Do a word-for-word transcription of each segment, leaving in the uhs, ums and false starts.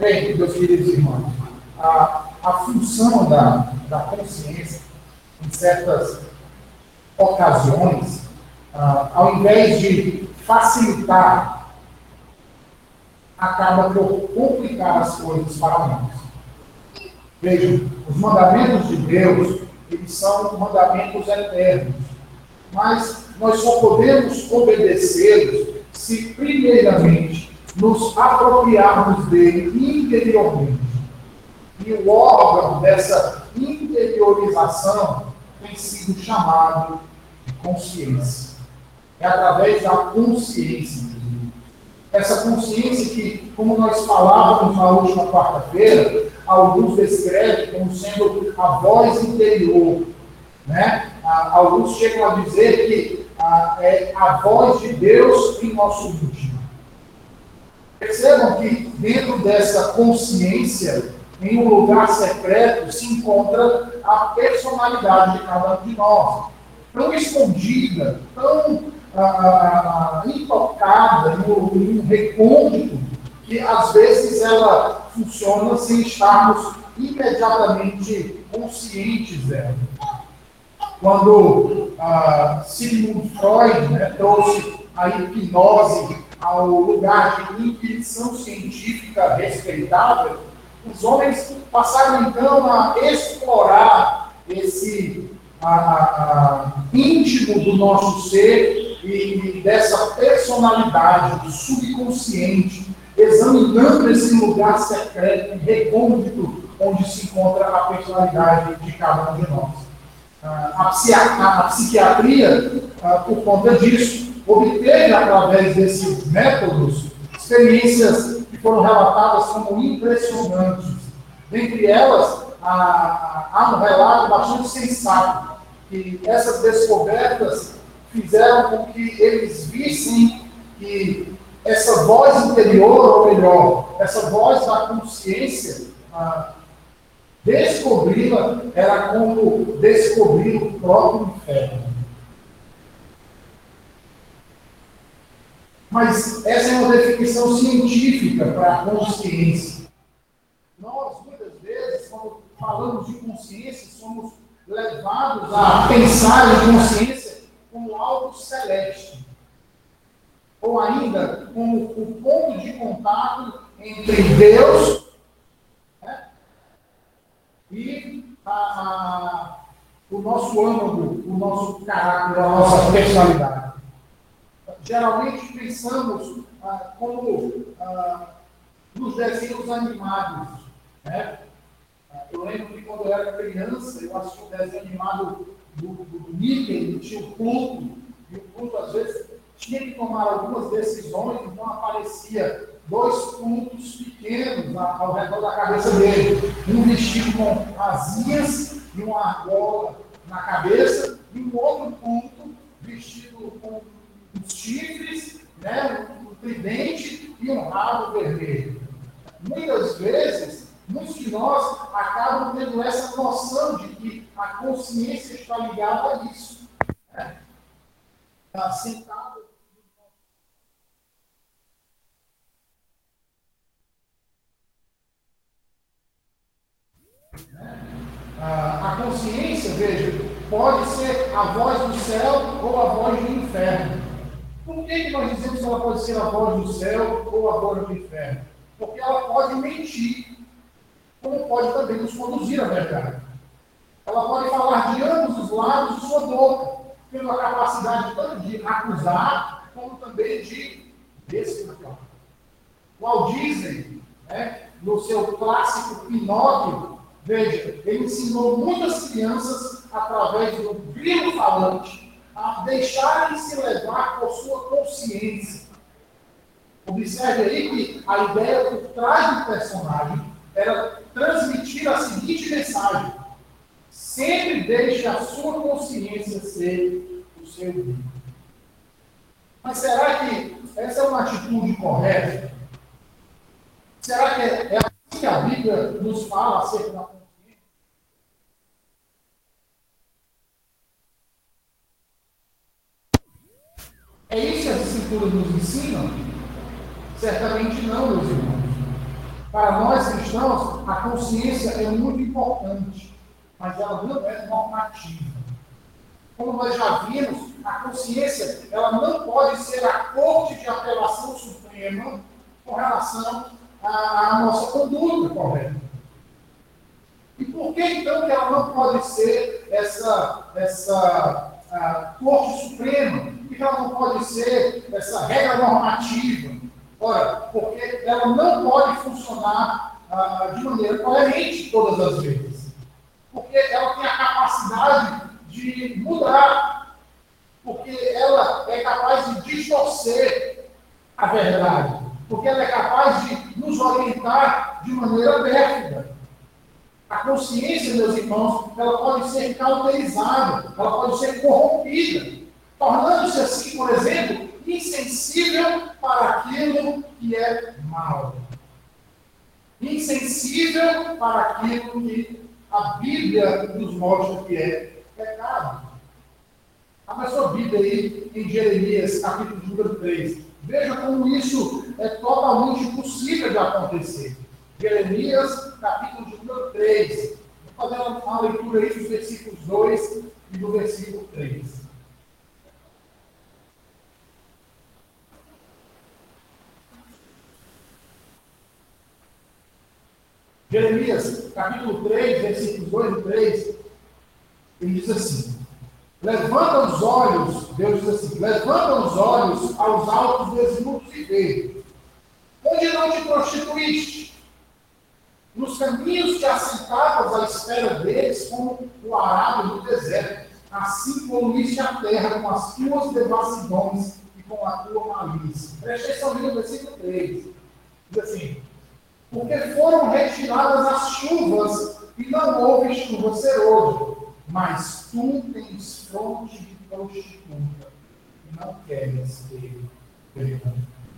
Bem, meus queridos irmãos, a, a função da, da consciência, em certas ocasiões, ah, ao invés de facilitar, acaba por complicar as coisas para nós. Vejam, os mandamentos de Deus, eles são mandamentos eternos, mas nós só podemos obedecê-los se, primeiramente, nos apropriarmos dele interiormente. E o órgão dessa interiorização tem sido chamado de consciência. É através da consciência. Essa consciência que, como nós falávamos na última quarta-feira, alguns descrevem como sendo a voz interior. Né? Alguns chegam a dizer que a, é a voz de Deus em nosso íntimo. Percebam que dentro dessa consciência, em um lugar secreto, se encontra a personalidade de cada um de nós. Tão escondida, tão ah, intocada, em um recôndito, que às vezes ela funciona sem estarmos imediatamente conscientes dela. Quando ah, Sigmund Freud, né, trouxe a hipnose ao lugar de intuição científica respeitável, os homens passaram então a explorar esse a, a, a, íntimo do nosso ser e, e dessa personalidade do subconsciente, examinando esse lugar secreto e recôndito onde se encontra a personalidade de cada um de nós. A, a, a psiquiatria, a, por conta disso, obteve, através desses métodos, experiências que foram relatadas como impressionantes. Dentre elas, há, há um relato bastante sensato, que essas descobertas fizeram com que eles vissem que essa voz interior, ou melhor, essa voz da consciência, ah, descobri-la era como descobrir o próprio inferno. Mas essa é uma definição científica para a consciência. Nós, muitas vezes, quando falamos de consciência, somos levados a pensar em consciência como algo celeste. Ou ainda, como o ponto de contato entre Deus, né, e a, a, o nosso âmago, o nosso caráter, a nossa personalidade. Geralmente pensamos ah, como ah, nos desenhos animados. Né? Eu lembro que quando eu era criança, eu assisti um desenho animado do, do, do Mickey, tinha o Pluto, e o Pluto às vezes tinha que tomar algumas decisões, então aparecia dois pontos pequenos ao redor da cabeça dele. Um vestido com asinhas e uma argola na cabeça, e um outro ponto vestido com os chifres, né, um tridente e um rabo vermelho. Muitas vezes, muitos de nós acabam tendo essa noção de que a consciência está ligada a isso. Né? Está sentado. Né? A consciência, veja, pode ser a voz do céu ou a voz do inferno. Por que, que nós dizemos que ela pode ser a voz do céu ou a voz do inferno? Porque ela pode mentir, como pode também nos conduzir à verdade. Ela pode falar de ambos os lados de sua boca, tendo a capacidade tanto de acusar, como também de desculpar. Walt Disney, né, no seu clássico Pinóquio, veja, ele ensinou muitas crianças, através do grilo falante, a deixarem se levar por sua consciência. Observe aí que a ideia por trás do personagem era transmitir a seguinte mensagem: sempre deixe a sua consciência ser o seu guia. Mas será que essa é uma atitude correta? Será que é assim que a Bíblia nos fala acerca da consciência? É isso que as Escrituras nos ensinam? Certamente não, meus irmãos. Para nós cristãos, a consciência é muito importante, mas ela não é normativa. Como nós já vimos, a consciência ela não pode ser a corte de apelação suprema com relação à, à nossa conduta correta. E por que então que ela não pode ser essa, essa a, corte suprema? Por que ela não pode ser essa regra normativa? Ora, porque ela não pode funcionar ah, de maneira coerente todas as vezes. Porque ela tem a capacidade de mudar. Porque ela é capaz de distorcer a verdade. Porque ela é capaz de nos orientar de maneira pérfida. A consciência, meus irmãos, ela pode ser cauterizada, ela pode ser corrompida, tornando-se assim, por exemplo, insensível para aquilo que é mal. Insensível para aquilo que a Bíblia nos mostra que é pecado. Abra sua Bíblia aí em Jeremias, capítulo número três. Veja como isso é totalmente possível de acontecer. Jeremias, capítulo número três. Vou fazer uma leitura aí dos versículos dois e do versículo três. Jeremias, capítulo três, versículos dois e três, ele diz assim: levanta os olhos, Deus diz assim, levanta os olhos aos altos desnudos e vê, onde não te prostituíste, nos caminhos que assentavas à espera deles, como o arado no deserto, assim poluíste a terra com as tuas devassidões e com a tua malícia. Preste atenção no versículo três, diz assim: porque foram retiradas as chuvas e não houve chuva serôdia, mas tu tens fronte de prostituta e não queres ter vergonha.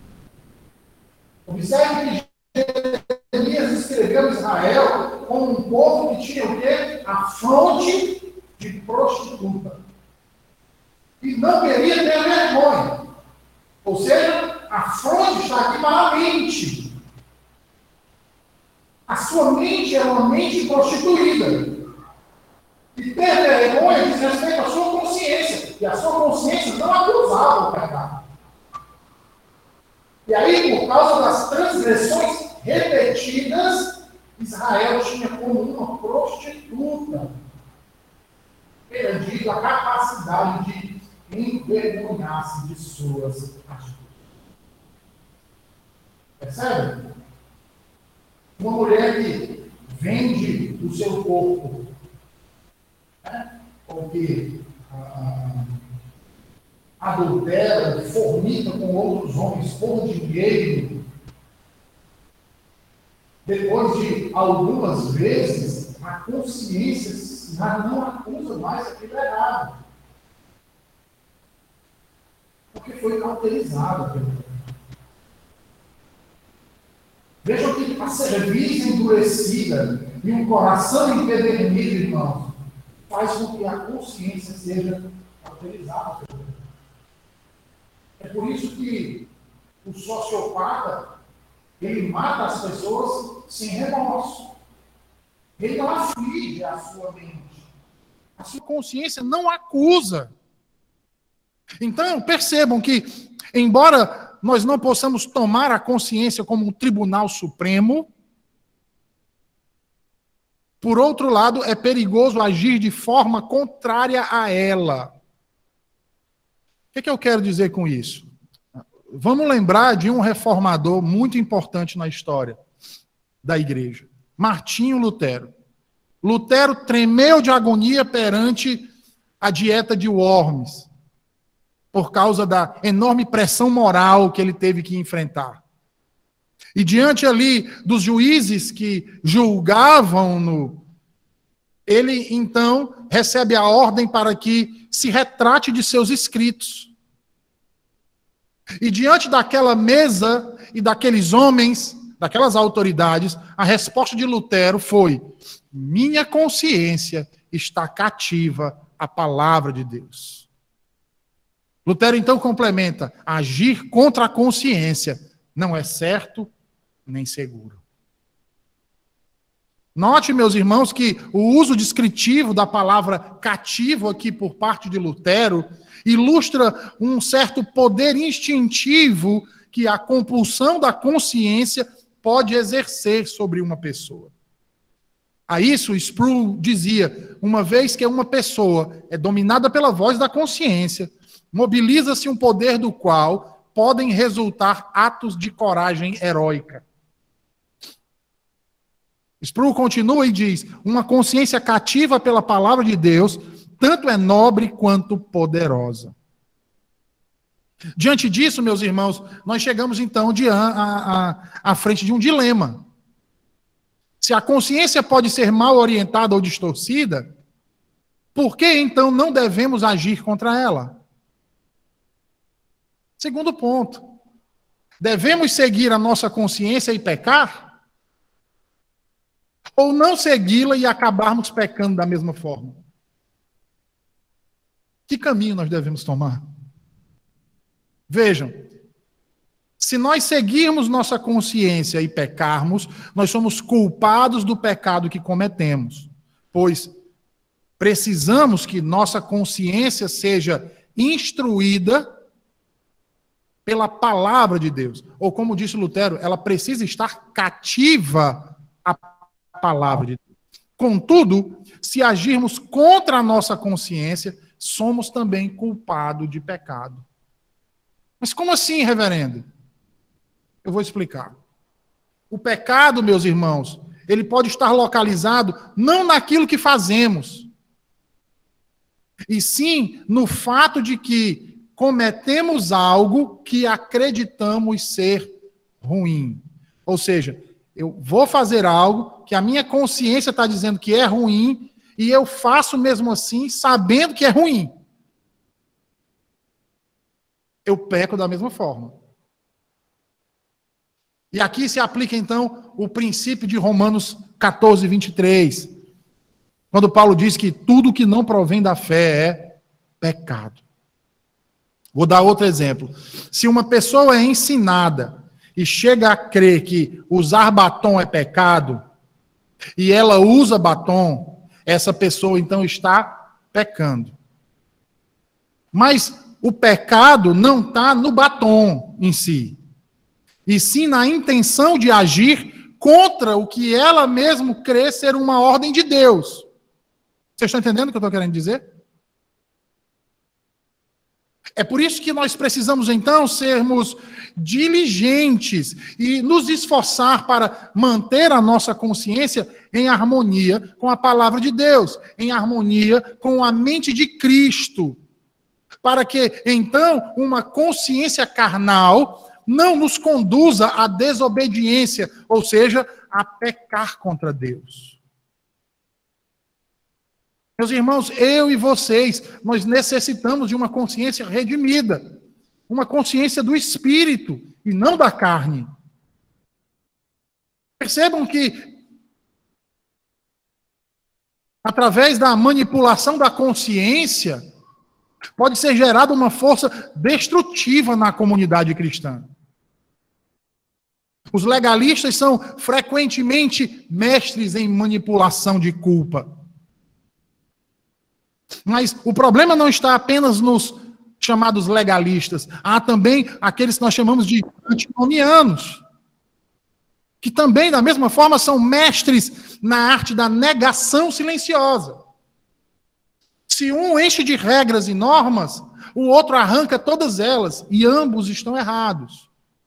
Observe que Jeremias escreveu Israel como um povo que tinha o quê? A fronte de prostituta. E não queria ter vergonha. Ou seja, a fronte está aqui para a mente. A sua mente é uma mente prostituída. E ter vergonha diz respeito à sua consciência. E a sua consciência não acusava o pecado. E aí, por causa das transgressões repetidas, Israel tinha como uma prostituta perdido a capacidade de envergonhar-se de suas atitudes. Percebe? Uma mulher que vende o seu corpo, né? Ou que ah, adultera, fornica com outros homens por dinheiro, depois de algumas vezes, a consciência já não acusa mais aquilo errado. Porque foi cauterizada pelo pecado. Vejam que a cerviz endurecida e um coração empedernido, irmãos, faz com que a consciência seja cauterizada pelo pecado. É por isso que o sociopata, ele mata as pessoas sem remorso. Ele não aflige a sua mente. A sua consciência não acusa. Então, percebam que, embora nós não possamos tomar a consciência como um tribunal supremo, por outro lado, é perigoso agir de forma contrária a ela. O que, é que eu quero dizer com isso? Vamos lembrar de um reformador muito importante na história da igreja, Martinho Lutero. Lutero tremeu de agonia perante a dieta de Worms, por causa da enorme pressão moral que ele teve que enfrentar. E diante ali dos juízes que julgavam-no, ele então recebe a ordem para que se retrate de seus escritos. E diante daquela mesa e daqueles homens, daquelas autoridades, a resposta de Lutero foi: minha consciência está cativa à palavra de Deus. Lutero então complementa: agir contra a consciência não é certo nem seguro. Note, meus irmãos, que o uso descritivo da palavra cativo aqui por parte de Lutero ilustra um certo poder instintivo que a compulsão da consciência pode exercer sobre uma pessoa. A isso, Sproul dizia, uma vez que uma pessoa é dominada pela voz da consciência, mobiliza-se um poder do qual podem resultar atos de coragem heróica. Sproul continua e diz, uma consciência cativa pela palavra de Deus, tanto é nobre quanto poderosa. Diante disso, meus irmãos, nós chegamos então de a, a, à frente de um dilema. Se a consciência pode ser mal orientada ou distorcida, por que então não devemos agir contra ela? Segundo ponto, devemos seguir a nossa consciência e pecar? Ou não segui-la e acabarmos pecando da mesma forma? Que caminho nós devemos tomar? Vejam, se nós seguirmos nossa consciência e pecarmos, nós somos culpados do pecado que cometemos, pois precisamos que nossa consciência seja instruída pela palavra de Deus. Ou como disse Lutero, ela precisa estar cativa à palavra de Deus. Contudo, se agirmos contra a nossa consciência, somos também culpados de pecado. Mas como assim, reverendo? Eu vou explicar. O pecado, meus irmãos, ele pode estar localizado não naquilo que fazemos, e sim no fato de que cometemos algo que acreditamos ser ruim. Ou seja, eu vou fazer algo que a minha consciência está dizendo que é ruim, e eu faço mesmo assim, sabendo que é ruim. Eu peco da mesma forma. E aqui se aplica, então, o princípio de Romanos catorze, vinte e três, quando Paulo diz que tudo que não provém da fé é pecado. Vou dar outro exemplo. Se uma pessoa é ensinada e chega a crer que usar batom é pecado, e ela usa batom, essa pessoa, então, está pecando. Mas o pecado não está no batom em si, e sim na intenção de agir contra o que ela mesma crê ser uma ordem de Deus. Vocês estão entendendo o que eu estou querendo dizer? É por isso que nós precisamos, então, sermos diligentes e nos esforçar para manter a nossa consciência em harmonia com a palavra de Deus, em harmonia com a mente de Cristo, para que, então, uma consciência carnal não nos conduza à desobediência, ou seja, a pecar contra Deus. Meus irmãos, eu e vocês, nós necessitamos de uma consciência redimida, uma consciência do Espírito e não da carne. Percebam que, através da manipulação da consciência, pode ser gerada uma força destrutiva na comunidade cristã. Os legalistas são frequentemente mestres em manipulação de culpa. Mas o problema não está apenas nos chamados legalistas. Há também aqueles que nós chamamos de antinomianos, que também, da mesma forma, são mestres na arte da negação silenciosa. Se um enche de regras e normas, o outro arranca todas elas, e ambos estão errados.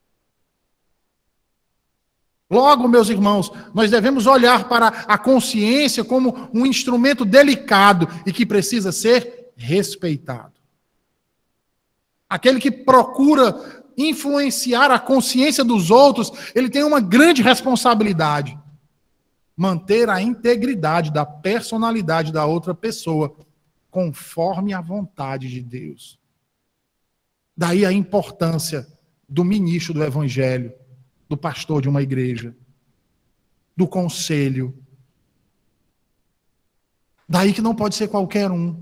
Logo, meus irmãos, nós devemos olhar para a consciência como um instrumento delicado e que precisa ser respeitado. Aquele que procura influenciar a consciência dos outros, ele tem uma grande responsabilidade: manter a integridade da personalidade da outra pessoa, conforme a vontade de Deus. Daí a importância do ministro do Evangelho, do pastor de uma igreja, do conselho. Daí que não pode ser qualquer um.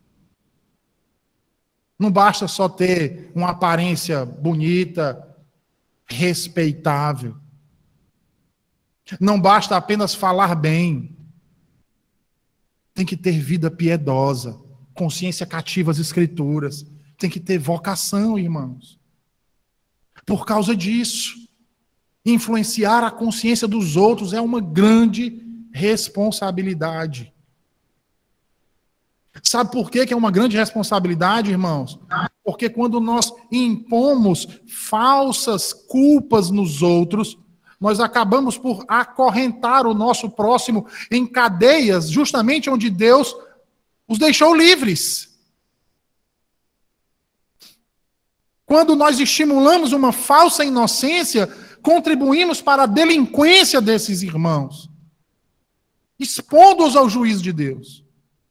Não basta só ter uma aparência bonita, respeitável. Não basta apenas falar bem. Tem que ter vida piedosa, consciência cativa às Escrituras. Tem que ter vocação, irmãos. Por causa disso, influenciar a consciência dos outros é uma grande responsabilidade. Sabe por que é uma grande responsabilidade, irmãos? Porque quando nós impomos falsas culpas nos outros, nós acabamos por acorrentar o nosso próximo em cadeias, justamente onde Deus os deixou livres. Quando nós estimulamos uma falsa inocência, contribuímos para a delinquência desses irmãos, expondo-os ao juízo de Deus.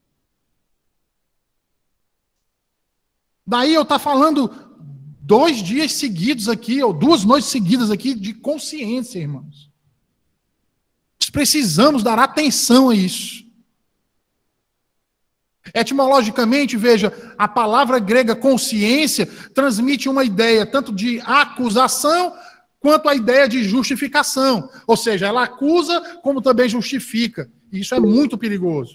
Daí eu estou falando dois dias seguidos aqui, ou duas noites seguidas aqui, de consciência, irmãos. Nós precisamos dar atenção a isso. Etimologicamente, veja, a palavra grega consciência transmite uma ideia tanto de acusação quanto a ideia de justificação. Ou seja, ela acusa como também justifica. E isso é muito perigoso.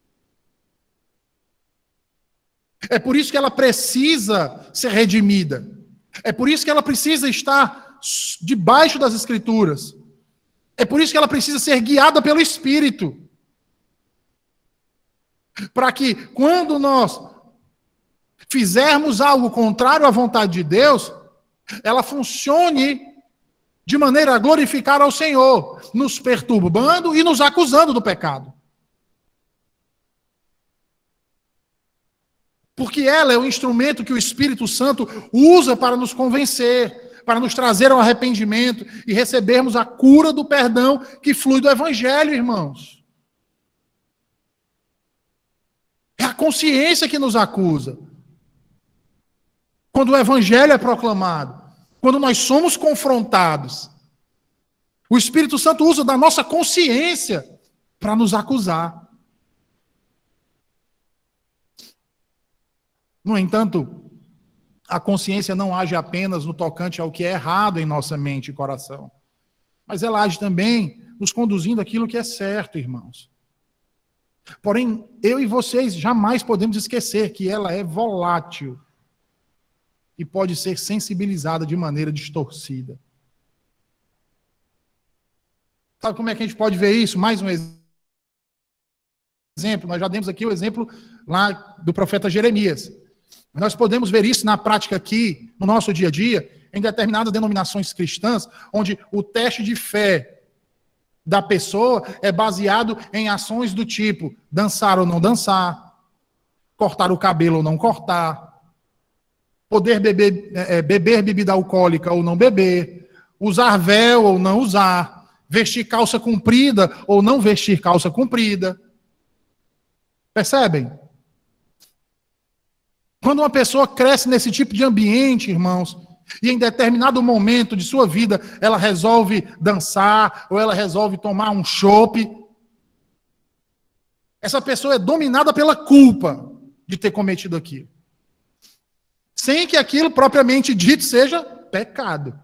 É por isso que ela precisa ser redimida. É por isso que ela precisa estar debaixo das Escrituras. É por isso que ela precisa ser guiada pelo Espírito. Para que, quando nós fizermos algo contrário à vontade de Deus, ela funcione de maneira a glorificar ao Senhor, nos perturbando e nos acusando do pecado. Porque ela é o instrumento que o Espírito Santo usa para nos convencer, para nos trazer ao arrependimento e recebermos a cura do perdão que flui do Evangelho, irmãos. É a consciência que nos acusa. Quando o Evangelho é proclamado, quando nós somos confrontados, o Espírito Santo usa da nossa consciência para nos acusar. No entanto, a consciência não age apenas no tocante ao que é errado em nossa mente e coração, mas ela age também nos conduzindo àquilo que é certo, irmãos. Porém, eu e vocês jamais podemos esquecer que ela é volátil e pode ser sensibilizada de maneira distorcida. Sabe como é que a gente pode ver isso? Mais um exemplo. Nós já demos aqui o exemplo lá do profeta Jeremias. Nós podemos ver isso na prática aqui, no nosso dia a dia, em determinadas denominações cristãs, onde o teste de fé da pessoa é baseado em ações do tipo dançar ou não dançar, cortar o cabelo ou não cortar, poder beber, é, beber bebida alcoólica ou não beber, usar véu ou não usar, vestir calça comprida ou não vestir calça comprida. Percebem? Quando uma pessoa cresce nesse tipo de ambiente, irmãos, e em determinado momento de sua vida ela resolve dançar ou ela resolve tomar um chope, essa pessoa é dominada pela culpa de ter cometido aquilo, sem que aquilo propriamente dito seja pecado.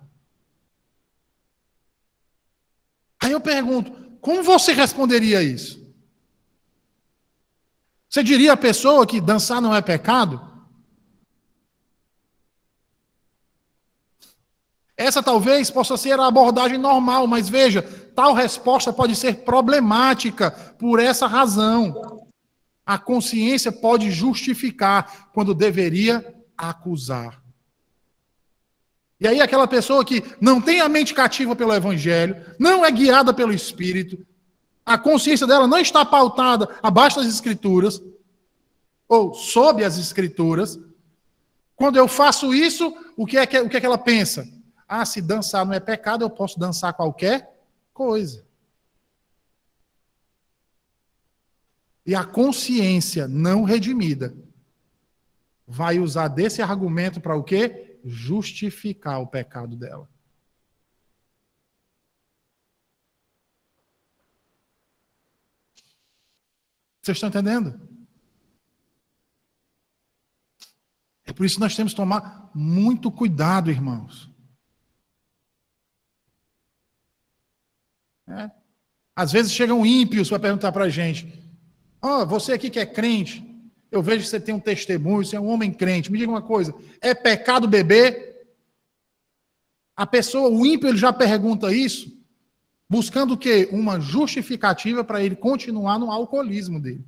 Aí eu pergunto, como você responderia a isso? Você diria à pessoa que dançar não é pecado? Essa talvez possa ser a abordagem normal, mas veja, tal resposta pode ser problemática por essa razão. A consciência pode justificar quando deveria acusar. E aí aquela pessoa que não tem a mente cativa pelo Evangelho, não é guiada pelo Espírito, a consciência dela não está pautada abaixo das Escrituras, ou sob as Escrituras. Quando eu faço isso, o que é que, o que é que ela pensa? Ah, se dançar não é pecado, eu posso dançar qualquer coisa. E a consciência não redimida vai usar desse argumento para o quê? Justificar o pecado dela. Vocês estão entendendo? É por isso que nós temos que tomar muito cuidado, irmãos. É. Às vezes chegam ímpios para perguntar para a gente: ó, oh, você aqui que é crente, eu vejo que você tem um testemunho, você é um homem crente, me diga uma coisa, é pecado beber? A pessoa, o ímpio, ele já pergunta isso, buscando o quê? Uma justificativa para ele continuar no alcoolismo dele.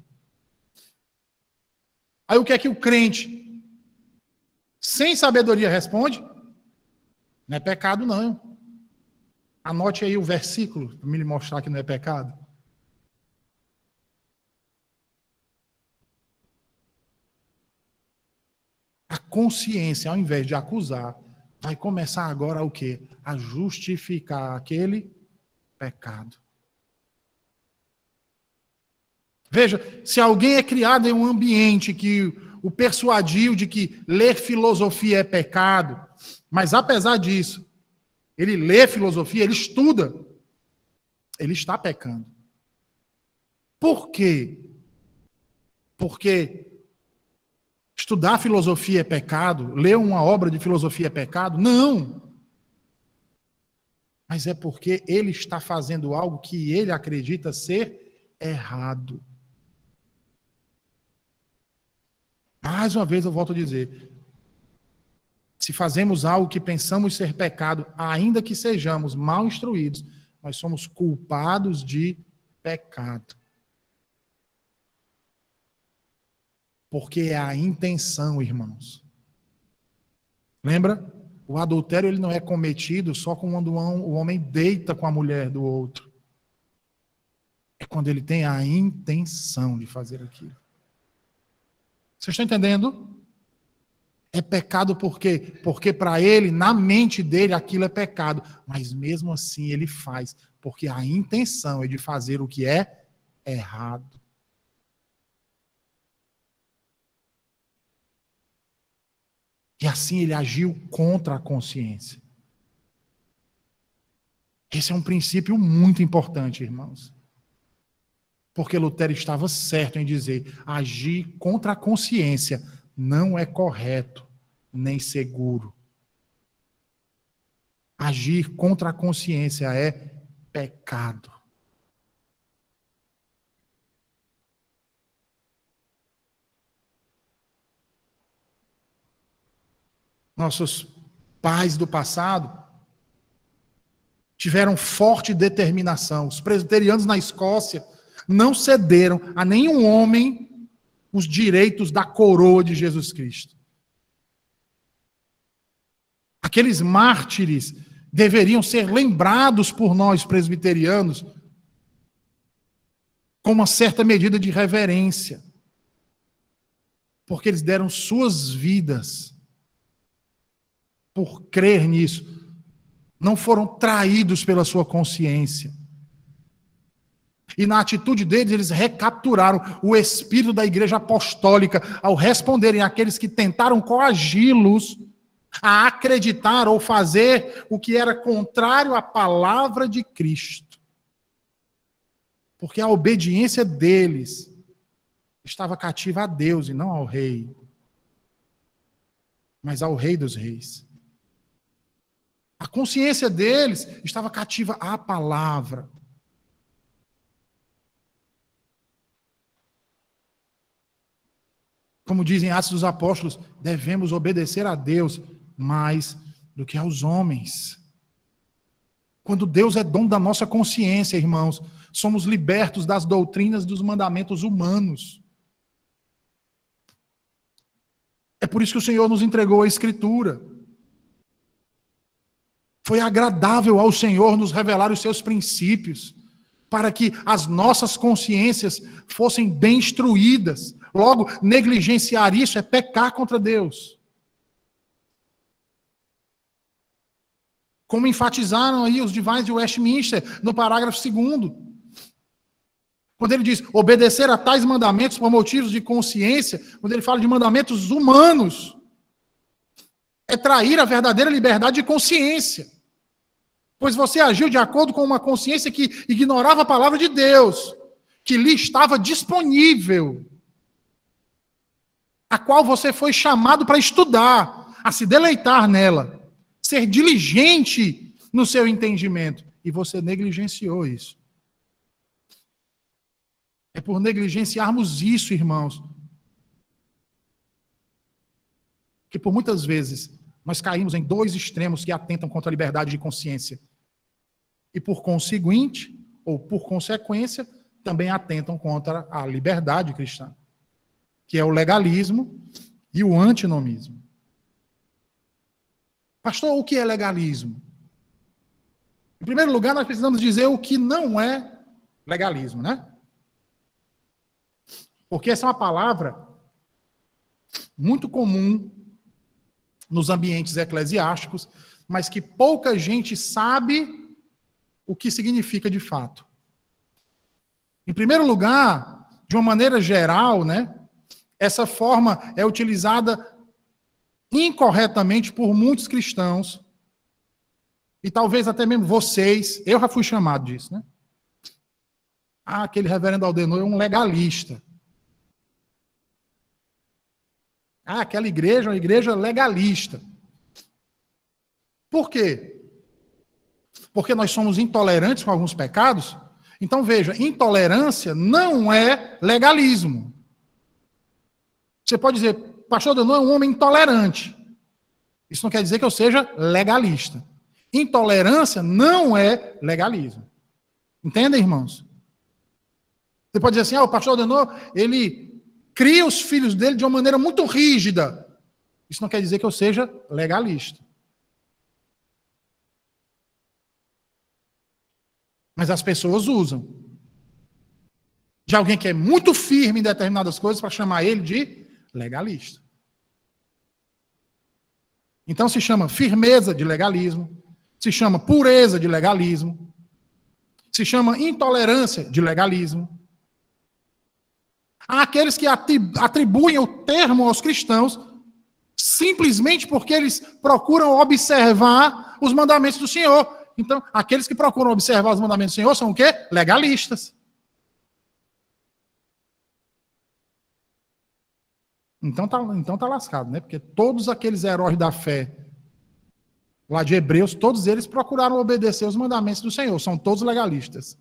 Aí o que é que o crente, sem sabedoria, responde? Não é pecado, não. Anote aí o versículo, para me mostrar que não é pecado. A consciência, ao invés de acusar, vai começar agora o quê? A justificar aquele pecado. Veja, se alguém é criado em um ambiente que o persuadiu de que ler filosofia é pecado, mas apesar disso, ele lê filosofia, ele estuda, ele está pecando. Por quê? Porque estudar filosofia é pecado? Ler uma obra de filosofia é pecado? Não. Mas é porque ele está fazendo algo que ele acredita ser errado. Mais uma vez eu volto a dizer, se fazemos algo que pensamos ser pecado, ainda que sejamos mal instruídos, nós somos culpados de pecado. Porque é a intenção, irmãos. Lembra? O adultério ele não é cometido só quando o homem deita com a mulher do outro. É quando ele tem a intenção de fazer aquilo. Vocês estão entendendo? É pecado por quê? Porque para ele, na mente dele, aquilo é pecado. Mas mesmo assim ele faz. Porque a intenção é de fazer o que é errado. E assim ele agiu contra a consciência. Esse é um princípio muito importante, irmãos. Porque Lutero estava certo em dizer, agir contra a consciência não é correto, nem seguro. Agir contra a consciência é pecado. Nossos pais do passado tiveram forte determinação. Os presbiterianos na Escócia não cederam a nenhum homem os direitos da coroa de Jesus Cristo. Aqueles mártires deveriam ser lembrados por nós presbiterianos com uma certa medida de reverência, porque eles deram suas vidas por crer nisso. Não foram traídos pela sua consciência. E na atitude deles, eles recapturaram o espírito da igreja apostólica ao responderem àqueles que tentaram coagi-los a acreditar ou fazer o que era contrário à palavra de Cristo. Porque a obediência deles estava cativa a Deus e não ao rei, mas ao Rei dos Reis. A consciência deles estava cativa à palavra. Como dizem Atos dos Apóstolos, devemos obedecer a Deus mais do que aos homens. Quando Deus é dono da nossa consciência, irmãos, somos libertos das doutrinas dos mandamentos humanos. É por isso que o Senhor nos entregou a Escritura. Foi agradável ao Senhor nos revelar os seus princípios, para que as nossas consciências fossem bem instruídas. Logo, negligenciar isso é pecar contra Deus. Como enfatizaram aí os divais de Westminster, no parágrafo segundo. Quando ele diz, obedecer a tais mandamentos por motivos de consciência, quando ele fala de mandamentos humanos, é trair a verdadeira liberdade de consciência. Pois você agiu de acordo com uma consciência que ignorava a palavra de Deus, que lhe estava disponível, a qual você foi chamado para estudar, a se deleitar nela, ser diligente no seu entendimento, e você negligenciou isso. por negligenciarmos isso, irmãos, que por muitas vezes nós caímos em dois extremos que atentam contra a liberdade de consciência. E por conseguinte, ou por consequência, também atentam contra a liberdade cristã, que é o legalismo e o antinomismo. Pastor, o que é legalismo? Em primeiro lugar, nós precisamos dizer o que não é legalismo, né? Porque essa é uma palavra muito comum nos ambientes eclesiásticos, mas que pouca gente sabe o que significa de fato. Em primeiro lugar, de uma maneira geral, né, essa forma é utilizada incorretamente por muitos cristãos, e talvez até mesmo vocês, eu já fui chamado disso, né? Ah, aquele reverendo Aldenor é um legalista. Ah, aquela igreja é uma igreja legalista. Por quê? Porque nós somos intolerantes com alguns pecados? Então, veja, intolerância não é legalismo. Você pode dizer, pastor Aldenor é um homem intolerante. Isso não quer dizer que eu seja legalista. Intolerância não é legalismo. Entendem, irmãos? Você pode dizer assim, ah, o pastor Aldenor, ele cria os filhos dele de uma maneira muito rígida. Isso não quer dizer que eu seja legalista. Mas as pessoas usam de alguém que é muito firme em determinadas coisas para chamar ele de legalista. Então se chama firmeza de legalismo, se chama pureza de legalismo, se chama intolerância de legalismo. Há aqueles que atribuem o termo aos cristãos simplesmente porque eles procuram observar os mandamentos do Senhor. Então, aqueles que procuram observar os mandamentos do Senhor são o quê? Legalistas. Então tá, então tá lascado, né? Porque todos aqueles heróis da fé lá de Hebreus, todos eles procuraram obedecer os mandamentos do Senhor. São todos legalistas.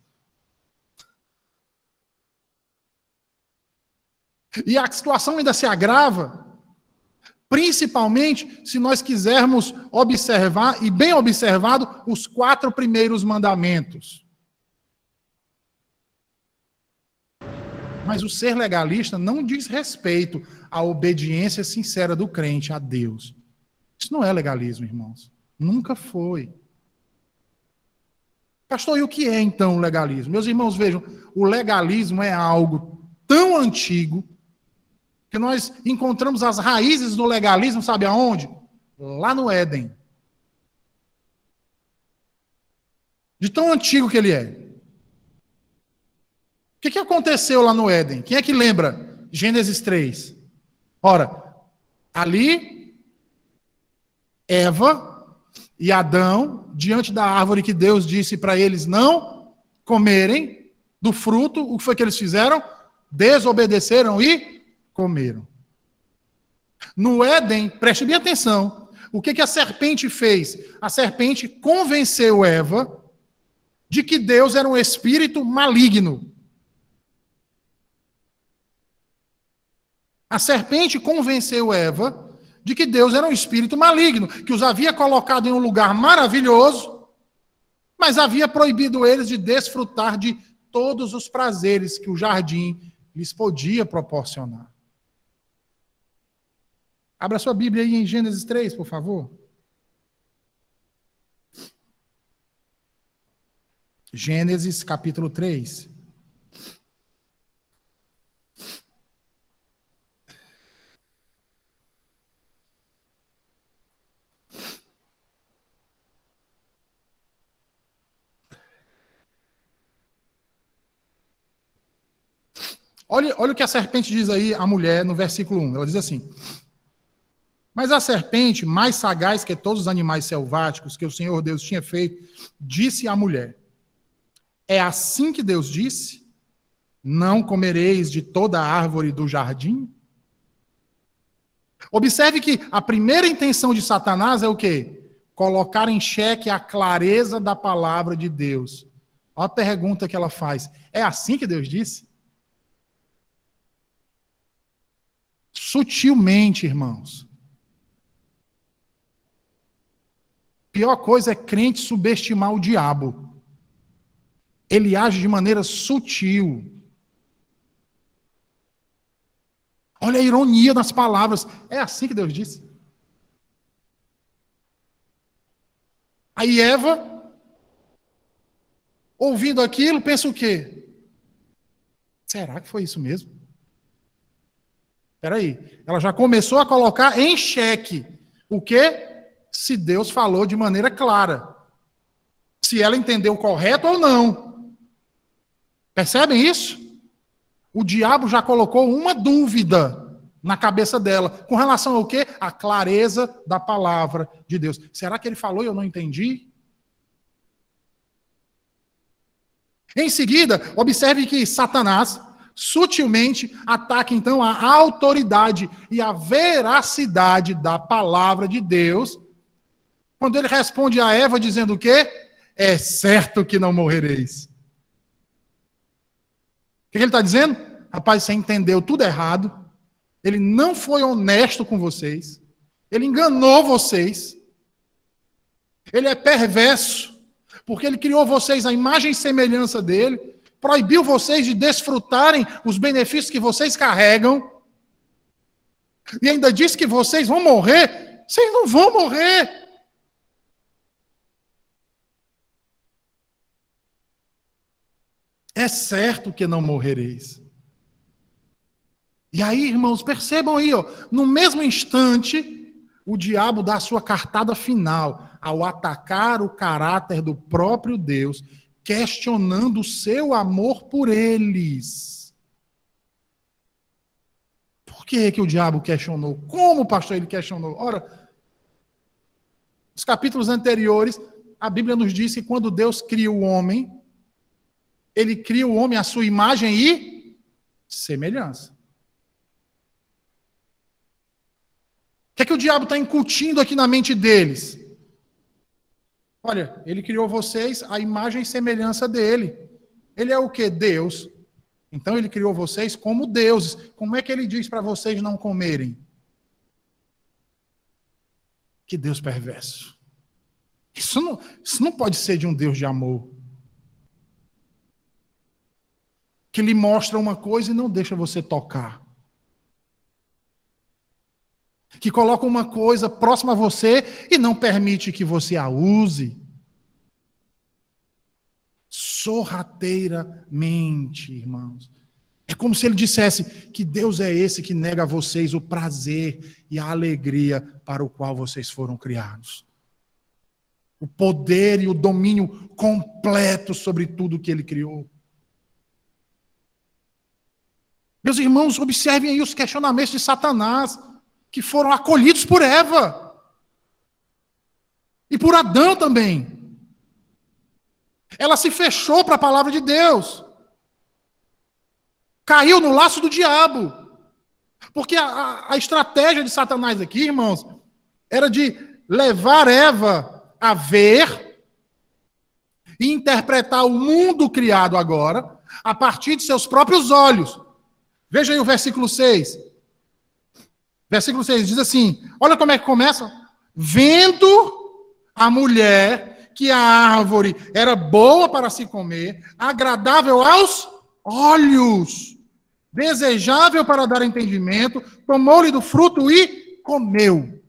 E a situação ainda se agrava, principalmente se nós quisermos observar, e bem observado, os quatro primeiros mandamentos. Mas o ser legalista não diz respeito à obediência sincera do crente a Deus. Isso não é legalismo, irmãos. Nunca foi. Pastor, e o que é então o legalismo? Meus irmãos, vejam, o legalismo é algo tão antigo que nós encontramos as raízes do legalismo, sabe aonde? Lá no Éden. De tão antigo que ele é. O que, que aconteceu lá no Éden? Quem é que lembra? Gênesis três. Ora, ali, Eva e Adão, diante da árvore que Deus disse para eles não comerem do fruto, o que foi que eles fizeram? Desobedeceram e comeram. No Éden, preste bem atenção, o que, que a serpente fez? A serpente convenceu Eva de que Deus era um espírito maligno. A serpente convenceu Eva de que Deus era um espírito maligno, que os havia colocado em um lugar maravilhoso, mas havia proibido eles de desfrutar de todos os prazeres que o jardim lhes podia proporcionar. Abra sua Bíblia aí em Gênesis três, por favor. Gênesis capítulo três. Olha, olha o que a serpente diz aí, a mulher, no versículo um. Ela diz assim: mas a serpente, mais sagaz que todos os animais selváticos que o Senhor Deus tinha feito, disse à mulher: é assim que Deus disse? Não comereis de toda a árvore do jardim? Observe que a primeira intenção de Satanás é o quê? Colocar em xeque a clareza da palavra de Dea. Olha a pergunta que ela faz. É assim que Deus disse? sutilmente, irmãos. Pior coisa é crente subestimar o diabo. Ele age de maneira sutil. Olha a ironia das palavras. É assim que Deus disse. Aí Eva, ouvindo aquilo, pensa o quê? Será que foi isso mesmo? Espera aí. Ela já começou a colocar em xeque o quê? Se Deus falou de maneira clara. Se ela entendeu correto ou não. Percebem isso? O diabo já colocou uma dúvida na cabeça dela, com relação ao quê? A clareza da palavra de Deus. Será que ele falou e eu não entendi? Em seguida, observe que Satanás sutilmente ataca então a autoridade e a veracidade da palavra de Deus, quando ele responde a Eva dizendo o quê? É certo que não morrereis. O que ele está dizendo? Rapaz, você entendeu tudo errado. Ele não foi honesto com vocês. Ele enganou vocês. Ele é perverso. Porque ele criou vocês à imagem e semelhança dele. Proibiu vocês de desfrutarem os benefícios que vocês carregam. E ainda disse que vocês vão morrer. Vocês não vão morrer. É certo que não morrereis. E aí, irmãos, percebam aí, ó, no mesmo instante, o diabo dá a sua cartada final ao atacar o caráter do próprio Deus, questionando o seu amor por eles. Por que que o diabo questionou? Como, pastor, ele questionou? Ora, nos capítulos anteriores, a Bíblia nos diz que quando Deus cria o homem, ele cria o homem à sua imagem e semelhança. O que é que o diabo está incutindo aqui na mente deles? Olha, ele criou vocês à imagem e semelhança dele. Ele é o quê? Deus. Então ele criou vocês como deuses. Como é que ele diz para vocês não comerem? Que Deus perverso. Isso não, isso não pode ser de um Deus de amor. Que lhe mostra uma coisa e não deixa você tocar. Que coloca uma coisa próxima a você e não permite que você a use. Sorrateiramente, irmãos. É como se ele dissesse que Deus é esse que nega a vocês o prazer e a alegria para o qual vocês foram criados. O poder e o domínio completo sobre tudo que ele criou. Meus irmãos, observem aí os questionamentos de Satanás, que foram acolhidos por Eva. E por Adão também. Ela se fechou para a palavra de Deus. Caiu no laço do diabo. Porque a, a, a estratégia de Satanás aqui, irmãos, era de levar Eva a ver e interpretar o mundo criado agora a partir de seus próprios olhos. Veja aí o versículo seis. Versículo seis diz assim, olha como é que começa. Vendo a mulher que a árvore era boa para se comer, agradável aos olhos, desejável para dar entendimento, tomou-lhe do fruto e comeu.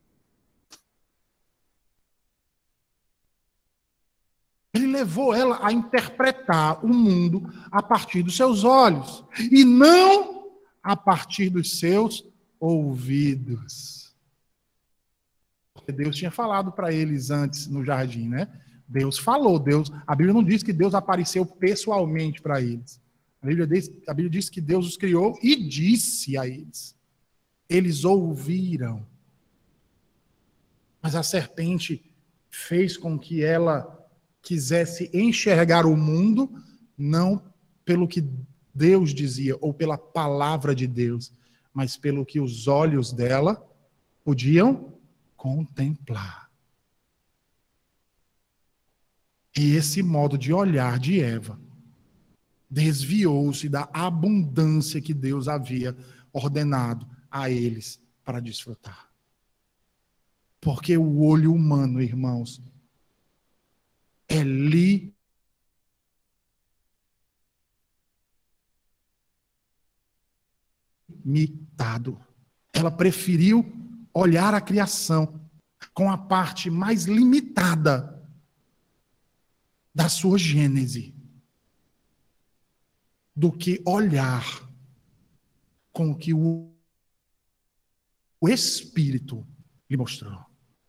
Ele levou ela a interpretar o mundo a partir dos seus olhos, e não a partir dos seus ouvidos. Porque Deus tinha falado para eles antes no jardim, né? Deus falou, Deus. A Bíblia não diz que Deus apareceu pessoalmente para eles. A Bíblia, diz, a Bíblia diz que Deus os criou e disse a eles. Eles ouviram. Mas a serpente fez com que ela quisesse enxergar o mundo não pelo que Deus dizia ou pela palavra de Deus, mas pelo que os olhos dela podiam contemplar. E esse modo de olhar de Eva desviou-se da abundância que Deus havia ordenado a eles para desfrutar. Porque o olho humano, irmãos, é limitado. Ela preferiu olhar a criação com a parte mais limitada da sua gênese, do que olhar com o que o, o Espírito lhe mostrou.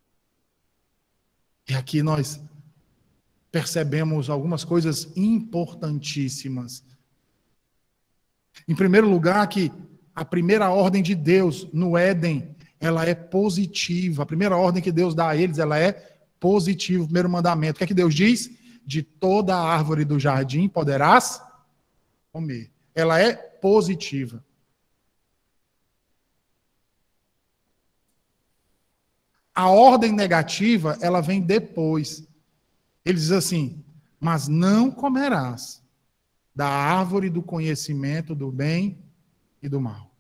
E aqui nós percebemos algumas coisas importantíssimas. Em primeiro lugar, que a primeira ordem de Deus no Éden, ela é positiva. A primeira ordem que Deus dá a eles, ela é positiva. O primeiro mandamento. O que é que Deus diz? De toda a árvore do jardim poderás comer. Ela é positiva. A ordem negativa, ela vem depois. Ele diz assim: mas não comerás da árvore do conhecimento do bem e do mal.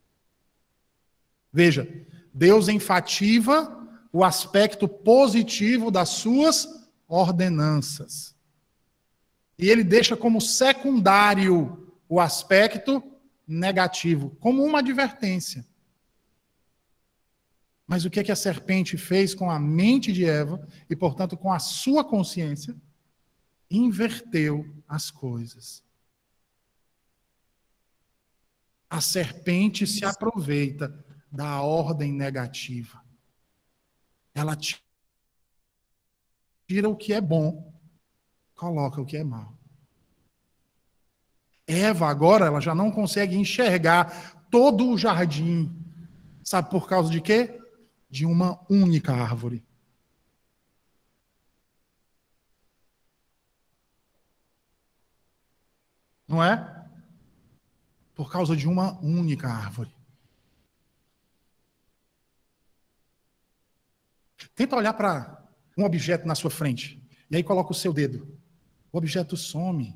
Veja, Deus enfatiza o aspecto positivo das suas ordenanças. E ele deixa como secundário o aspecto negativo, como uma advertência. Mas o que é que a serpente fez com a mente de Eva e, portanto, com a sua consciência? Inverteu as coisas. A serpente se aproveita da ordem negativa. Ela tira o que é bom, coloca o que é mal. Eva agora, ela já não consegue enxergar todo o jardim. Sabe por causa de quê? De uma única árvore. Não é? Por causa de uma única árvore. Tenta olhar para um objeto na sua frente. E aí coloca o seu dedo. O objeto some.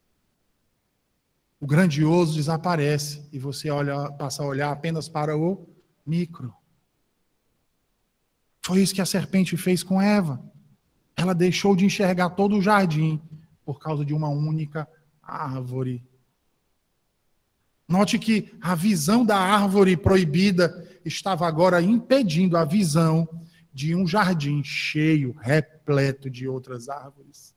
O grandioso desaparece. E você olha, passa a olhar apenas para o micro. Foi isso que a serpente fez com Eva. Ela deixou de enxergar todo o jardim por causa de uma única árvore. Note que a visão da árvore proibida estava agora impedindo a visão de um jardim cheio, repleto de outras árvores.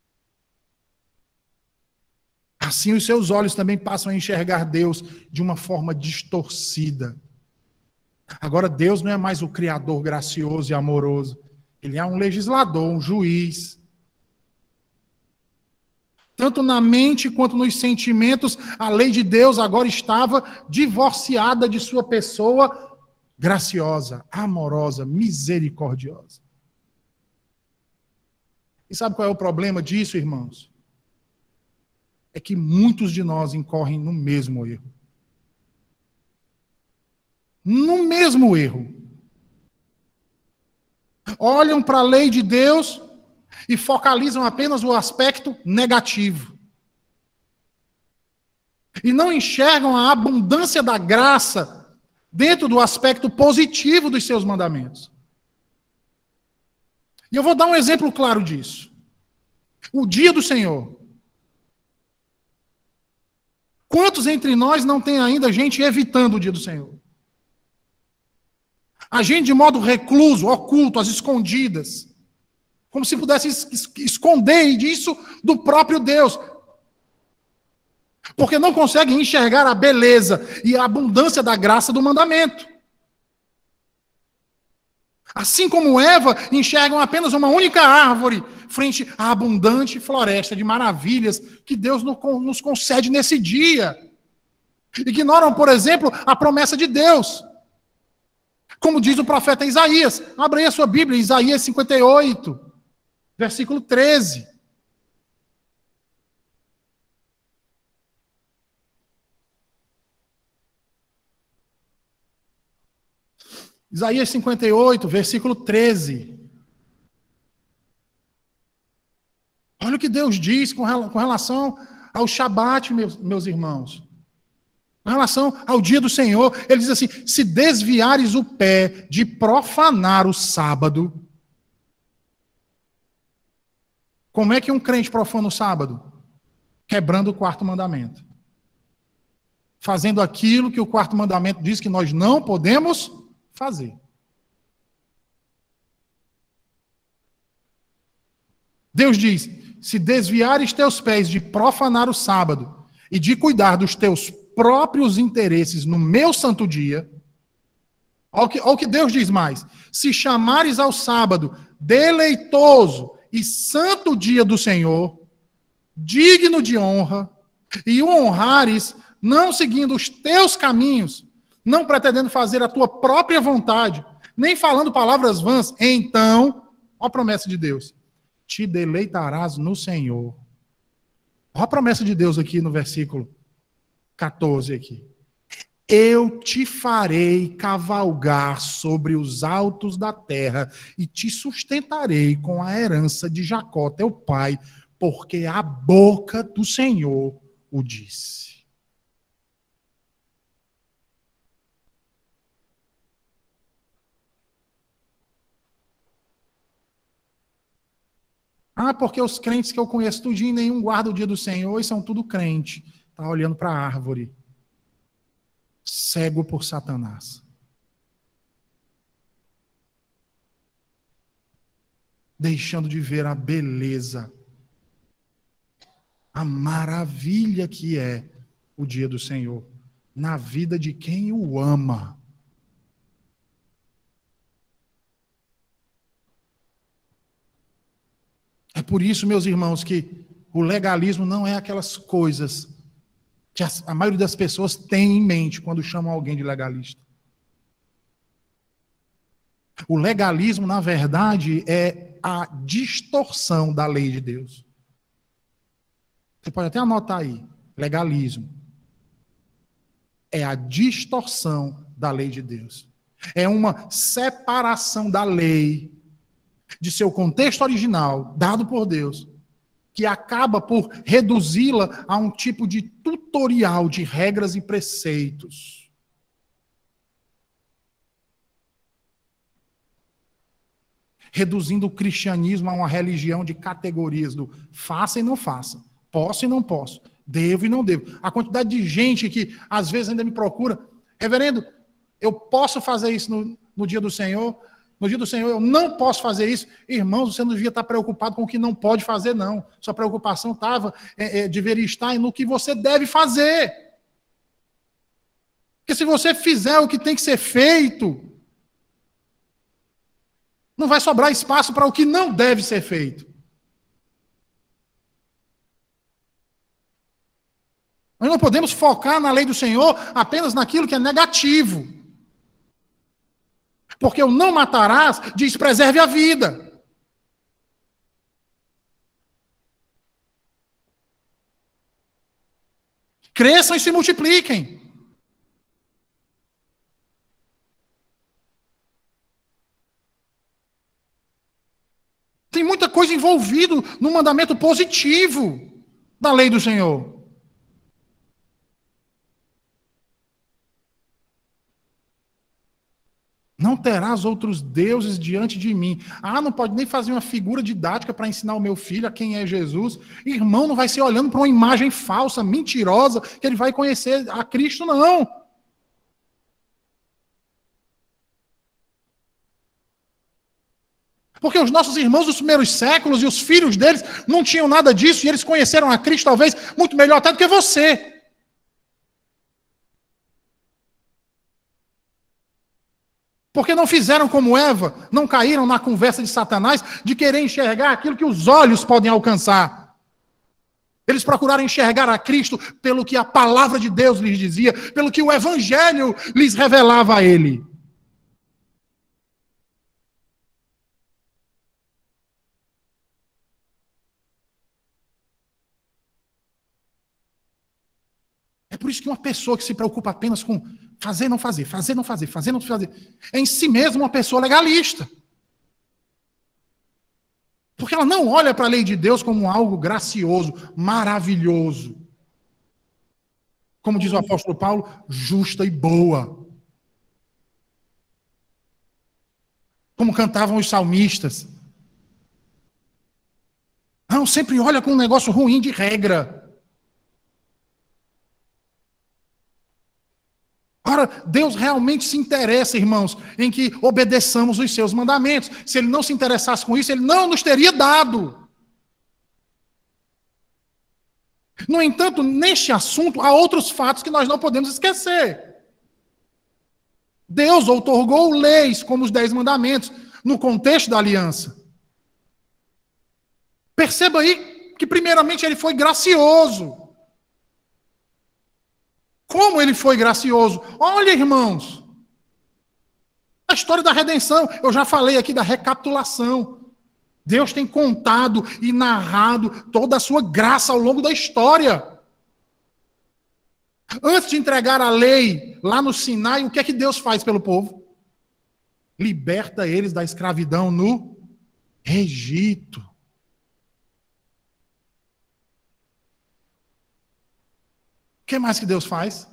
Assim, os seus olhos também passam a enxergar Deus de uma forma distorcida. Agora, Deus não é mais o Criador gracioso e amoroso. Ele é um legislador, um juiz. Tanto na mente quanto nos sentimentos, a lei de Deus agora estava divorciada de sua pessoa graciosa, amorosa, misericordiosa. E sabe qual é o problema disso, irmãos? É que muitos de nós incorrem no mesmo erro. No mesmo erro. Olham para a lei de Deus e focalizam apenas o aspecto negativo. E não enxergam a abundância da graça dentro do aspecto positivo dos seus mandamentos. E eu vou dar um exemplo claro disso. O dia do Senhor. Quantos entre nós não tem ainda gente evitando o dia do Senhor? Agindo de modo recluso, oculto, às escondidas. Como se pudesse esconder disso do próprio Deus. Porque não conseguem enxergar a beleza e a abundância da graça do mandamento. Assim como Eva, enxergam apenas uma única árvore frente à abundante floresta de maravilhas que Deus nos concede nesse dia. Ignoram, por exemplo, a promessa de Deus. Como diz o profeta Isaías. Abra aí a sua Bíblia, Isaías cinquenta e oito, versículo treze. Isaías cinquenta e oito, versículo treze. Olha o que Deus diz com relação ao Shabat, meus, meus irmãos. Em relação ao dia do Senhor, ele diz assim: se desviares o pé de profanar o sábado. Como é que um crente profana o sábado? Quebrando o quarto mandamento. Fazendo aquilo que o quarto mandamento diz que nós não podemos fazer. Deus diz: se desviares teus pés de profanar o sábado e de cuidar dos teus próprios interesses no meu santo dia, olha o que, olha o que Deus diz mais: se chamares ao sábado deleitoso e santo dia do Senhor, digno de honra, e o honrares, não seguindo os teus caminhos, não pretendendo fazer a tua própria vontade, nem falando palavras vãs, então, olha a promessa de Deus: te deleitarás no Senhor. Olha a promessa de Deus aqui no versículo quatorze aqui. Eu te farei cavalgar sobre os altos da terra e te sustentarei com a herança de Jacó, teu pai, porque a boca do Senhor o disse. Ah, porque os crentes que eu conheço tudinho, nenhum guarda o dia do Senhor e são tudo crente. Está olhando para a árvore. Cego por Satanás. Deixando de ver a beleza, a maravilha que é o dia do Senhor na vida de quem o ama. É por isso, meus irmãos, que o legalismo não é aquelas coisas que a, a maioria das pessoas tem em mente quando chamam alguém de legalista. O legalismo, na verdade, é a distorção da lei de Deus. Você pode até anotar aí, legalismo. É a distorção da lei de Deus. É uma separação da lei de seu contexto original, dado por Deus, que acaba por reduzi-la a um tipo de tutorial de regras e preceitos. Reduzindo o cristianismo a uma religião de categorias do faça e não faça, posso e não posso, devo e não devo. A quantidade de gente que às vezes ainda me procura: reverendo, eu posso fazer isso no, no dia do Senhor? No dia do Senhor eu não posso fazer isso. Irmãos, você não devia estar preocupado com o que não pode fazer, não. Sua preocupação estava, é, é, deveria estar no que você deve fazer. Porque se você fizer o que tem que ser feito, não vai sobrar espaço para o que não deve ser feito. Nós não podemos focar na lei do Senhor apenas naquilo que é negativo. Porque o não matarás diz: preserve a vida. Cresçam e se multipliquem. Tem muita coisa envolvida no mandamento positivo da lei do Senhor. Não terás outros deuses diante de mim. Ah, não pode nem fazer uma figura didática para ensinar o meu filho a quem é Jesus. Irmão, não vai ser olhando para uma imagem falsa, mentirosa, que ele vai conhecer a Cristo, não. Porque os nossos irmãos dos primeiros séculos e os filhos deles não tinham nada disso, e eles conheceram a Cristo talvez muito melhor até do que você. Porque não fizeram como Eva, não caíram na conversa de Satanás de querer enxergar aquilo que os olhos podem alcançar. Eles procuraram enxergar a Cristo pelo que a palavra de Deus lhes dizia, pelo que o Evangelho lhes revelava a ele. É por isso que uma pessoa que se preocupa apenas com fazer, não fazer, fazer, não fazer, fazer, não fazer, é em si mesma uma pessoa legalista. Porque ela não olha para a lei de Deus como algo gracioso, maravilhoso. Como diz o apóstolo Paulo, justa e boa. Como cantavam os salmistas. Não, sempre olha com um negócio ruim de regra. Ora, Deus realmente se interessa, irmãos, em que obedeçamos os seus mandamentos. Se ele não se interessasse com isso, ele não nos teria dado. No entanto, neste assunto, há outros fatos que nós não podemos esquecer. Deus outorgou leis, como os Dez Mandamentos, no contexto da aliança. Perceba aí que, primeiramente, ele foi gracioso. Como ele foi gracioso? Olha, irmãos, a história da redenção, eu já falei aqui da recapitulação. Deus tem contado e narrado toda a sua graça ao longo da história. Antes de entregar a lei lá no Sinai, o que é que Deus faz pelo povo? Liberta eles da escravidão no Egito. O que mais que Deus faz?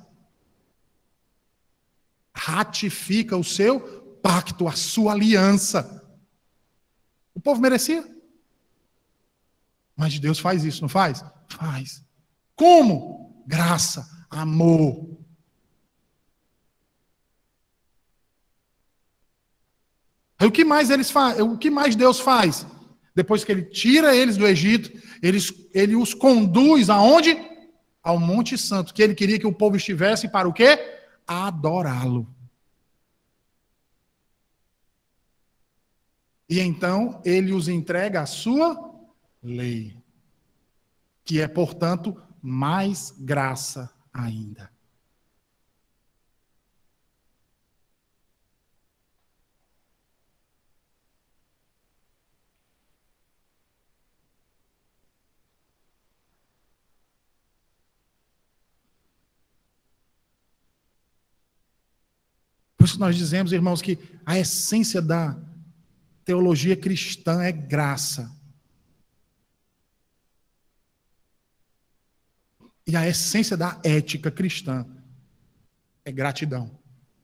Ratifica o seu pacto, a sua aliança. O povo merecia? Mas Deus faz isso, não faz? Faz. Como? Graça, amor. Aí o que mais eles fazem? O que mais Deus faz? Depois que ele tira eles do Egito, eles, ele os conduz aonde? Ao Monte Santo, que ele queria que o povo estivesse para o quê? Adorá-lo. E então ele os entrega a sua lei, que é, portanto, mais graça ainda. Por isso nós dizemos, irmãos, que a essência da teologia cristã é graça. E a essência da ética cristã é gratidão.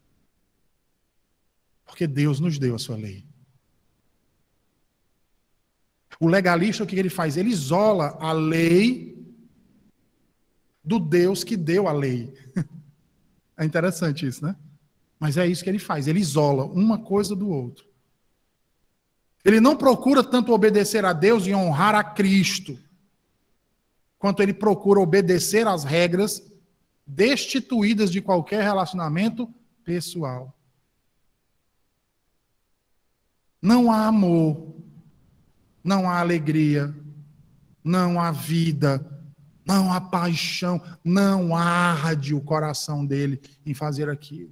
Porque Deus nos deu a sua lei. O legalista, o que ele faz? Ele isola a lei do Deus que deu a lei. É interessante isso, né? Mas é isso que ele faz. Ele isola uma coisa do outro. Ele não procura tanto obedecer a Deus e honrar a Cristo, quanto ele procura obedecer às regras destituídas de qualquer relacionamento pessoal. Não há amor, não há alegria, não há vida, não há paixão, não arde o coração dele em fazer aquilo.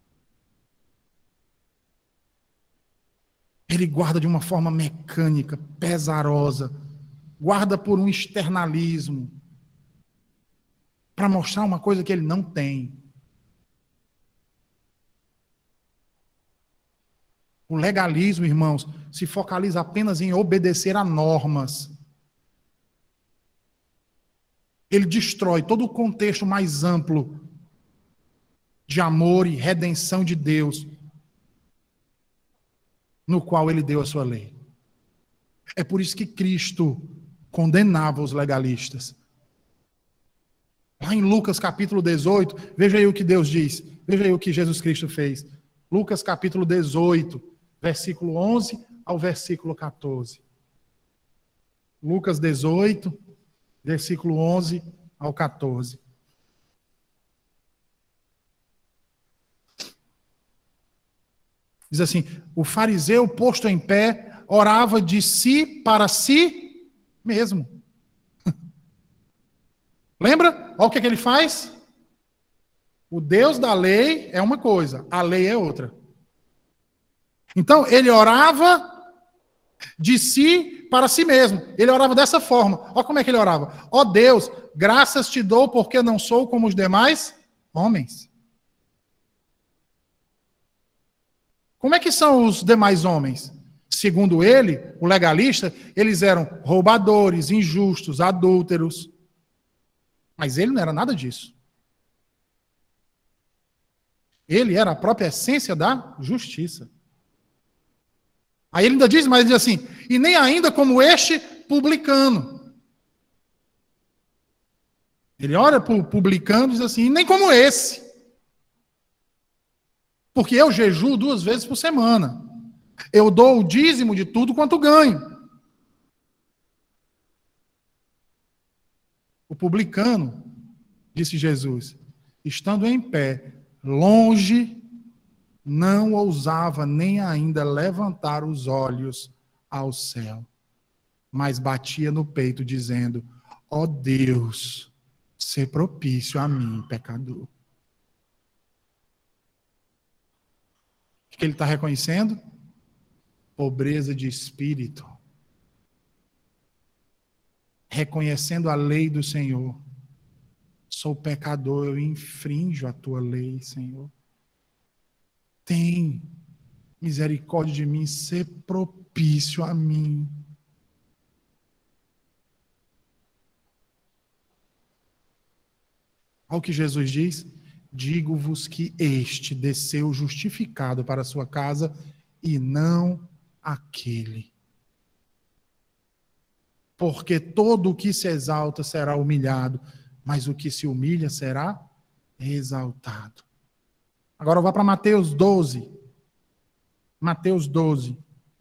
Ele guarda de uma forma mecânica, pesarosa, guarda por um externalismo, para mostrar uma coisa que ele não tem. O legalismo, irmãos, se focaliza apenas em obedecer a normas. Ele destrói todo o contexto mais amplo de amor e redenção de Deus, no qual ele deu a sua lei. É por isso que Cristo condenava os legalistas. Lá em Lucas capítulo dezoito, veja aí o que Deus diz. Veja aí o que Jesus Cristo fez. Lucas capítulo dezoito, versículo onze ao versículo quatorze. Lucas dezoito, versículo onze ao quatorze. Diz assim: o fariseu, posto em pé, orava de si para si mesmo. Lembra? Olha o que, é que ele faz. O Deus da lei é uma coisa, a lei é outra. Então, ele orava de si para si mesmo. Ele orava dessa forma. Olha como é que ele orava. Ó Deus, graças te dou porque não sou como os demais homens. Como é que são os demais homens? Segundo ele, o legalista, eles eram roubadores, injustos, adúlteros. Mas ele não era nada disso. Ele era a própria essência da justiça. Aí ele ainda diz, mas ele diz assim, e nem ainda como este publicano. Ele olha para o publicano e diz assim, e nem como esse. Porque eu jejuo duas vezes por semana. Eu dou o dízimo de tudo quanto ganho. O publicano, disse Jesus, estando em pé, longe, não ousava nem ainda levantar os olhos ao céu, mas batia no peito, dizendo, ó Deus, sê propício a mim, pecador. O que ele está reconhecendo? Pobreza de espírito. Reconhecendo a lei do Senhor. Sou pecador, eu infrinjo a tua lei, Senhor. Tem misericórdia de mim, ser propício a mim. Olha o que Jesus diz. Digo-vos que este desceu justificado para a sua casa e não aquele. Porque todo o que se exalta será humilhado, mas o que se humilha será exaltado. Agora vá para Mateus doze. Mateus doze.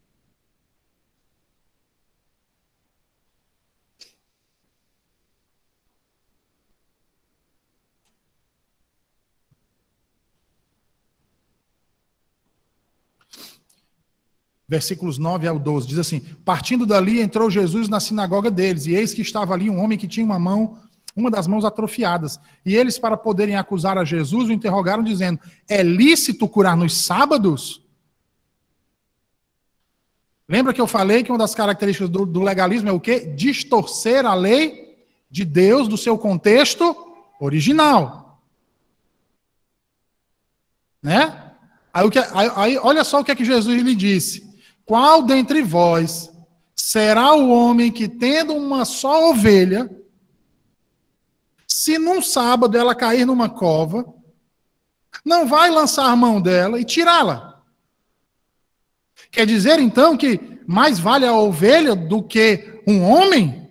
Versículos nove ao doze, diz assim, partindo dali, entrou Jesus na sinagoga deles, e eis que estava ali um homem que tinha uma mão, uma das mãos atrofiadas. E eles, para poderem acusar a Jesus, o interrogaram, dizendo, é lícito curar nos sábados? Lembra que eu falei que uma das características do, do legalismo é o quê? Distorcer a lei de Deus do seu contexto original. Né? Aí, o que, aí, aí olha só o que é que Jesus lhe disse. Qual dentre vós será o homem que, tendo uma só ovelha, se num sábado ela cair numa cova, não vai lançar a mão dela e tirá-la? Quer dizer, então, que mais vale a ovelha do que um homem?